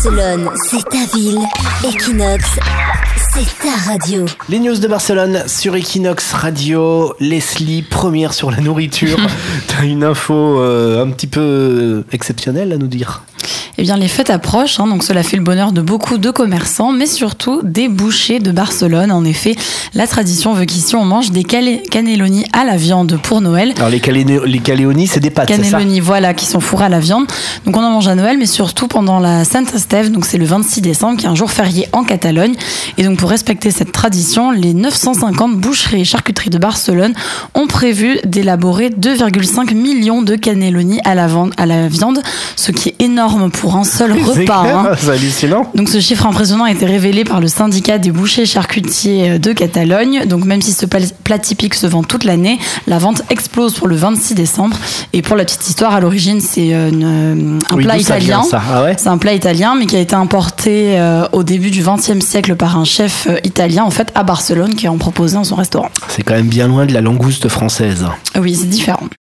Barcelone, c'est ta ville. Equinox, c'est ta radio. Les news de Barcelone sur Equinox Radio. Leslie, première sur la nourriture. T'as une info un petit peu exceptionnelle à nous dire. Eh bien, les fêtes approchent, donc cela fait le bonheur de beaucoup de commerçants, mais surtout des bouchers de Barcelone. En effet, la tradition veut qu'ici on mange des cannelloni à la viande pour Noël. Alors les cannelloni, c'est des pâtes, c'est ça ? Cannelloni, voilà, qui sont fourrés à la viande. Donc on en mange à Noël, mais surtout pendant la Sant Esteve, donc c'est le 26 décembre, qui est un jour férié en Catalogne. Et donc pour respecter cette tradition, les 950 boucheries et charcuteries de Barcelone ont prévu d'élaborer 2,5 millions de cannelloni à la viande, ce qui est énorme pour un seul repas. C'est hallucinant. Donc ce chiffre impressionnant a été révélé par le syndicat des bouchers charcutiers de Catalogne. Donc même si ce plat typique se vend toute l'année, la vente explose pour le 26 décembre. Et pour la petite histoire, à l'origine, c'est un plat italien. C'est un plat italien, mais qui a été importé au début du XXe siècle par un chef italien, en fait, à Barcelone, qui en proposait dans son restaurant. C'est quand même bien loin de la langouste française. Oui, c'est différent.